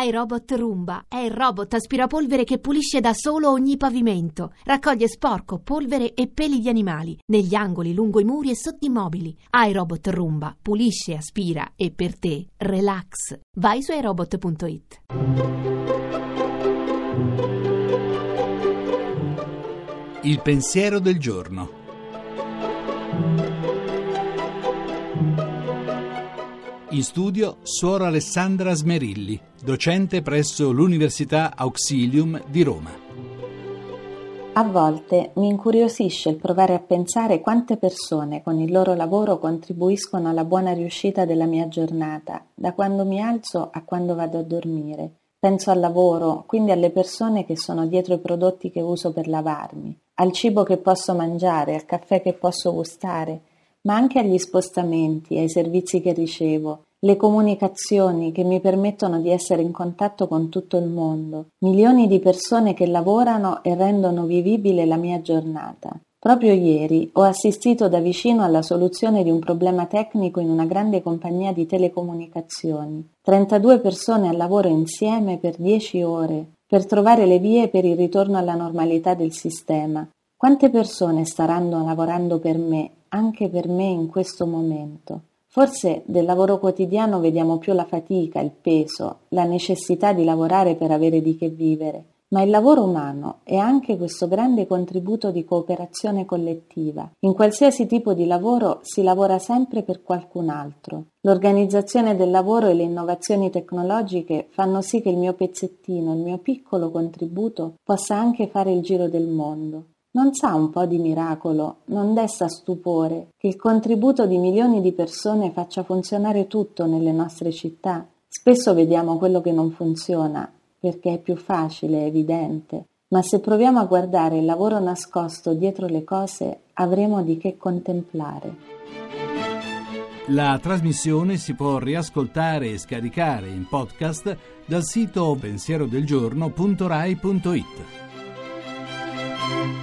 iRobot Roomba è il robot aspirapolvere che pulisce da solo ogni pavimento. Raccoglie sporco, polvere e peli di animali negli angoli, lungo i muri e sotto i mobili. iRobot Roomba pulisce, aspira e per te relax. Vai su iRobot.it. Il pensiero del giorno. In studio Suor Alessandra Smerilli, docente presso l'Università Auxilium di Roma. A volte mi incuriosisce il provare a pensare quante persone con il loro lavoro contribuiscono alla buona riuscita della mia giornata, da quando mi alzo a quando vado a dormire. Penso al lavoro, quindi alle persone che sono dietro i prodotti che uso per lavarmi, al cibo che posso mangiare, al caffè che posso gustare, ma anche agli spostamenti, ai servizi che ricevo, le comunicazioni che mi permettono di essere in contatto con tutto il mondo, milioni di persone che lavorano e rendono vivibile la mia giornata. Proprio ieri ho assistito da vicino alla soluzione di un problema tecnico in una grande compagnia di telecomunicazioni. 32 persone al lavoro insieme per 10 ore, per trovare le vie per il ritorno alla normalità del sistema. Quante persone staranno lavorando per me, anche per me in questo momento? Forse del lavoro quotidiano vediamo più la fatica, il peso, la necessità di lavorare per avere di che vivere, ma il lavoro umano è anche questo grande contributo di cooperazione collettiva. In qualsiasi tipo di lavoro si lavora sempre per qualcun altro. L'organizzazione del lavoro e le innovazioni tecnologiche fanno sì che il mio pezzettino, il mio piccolo contributo possa anche fare il giro del mondo. Non sa un po' di miracolo, non desta stupore che il contributo di milioni di persone faccia funzionare tutto nelle nostre città? Spesso vediamo quello che non funziona, perché è più facile, è evidente, ma se proviamo a guardare il lavoro nascosto dietro le cose, avremo di che contemplare. La trasmissione si può riascoltare e scaricare in podcast dal sito pensierodelgiorno.rai.it.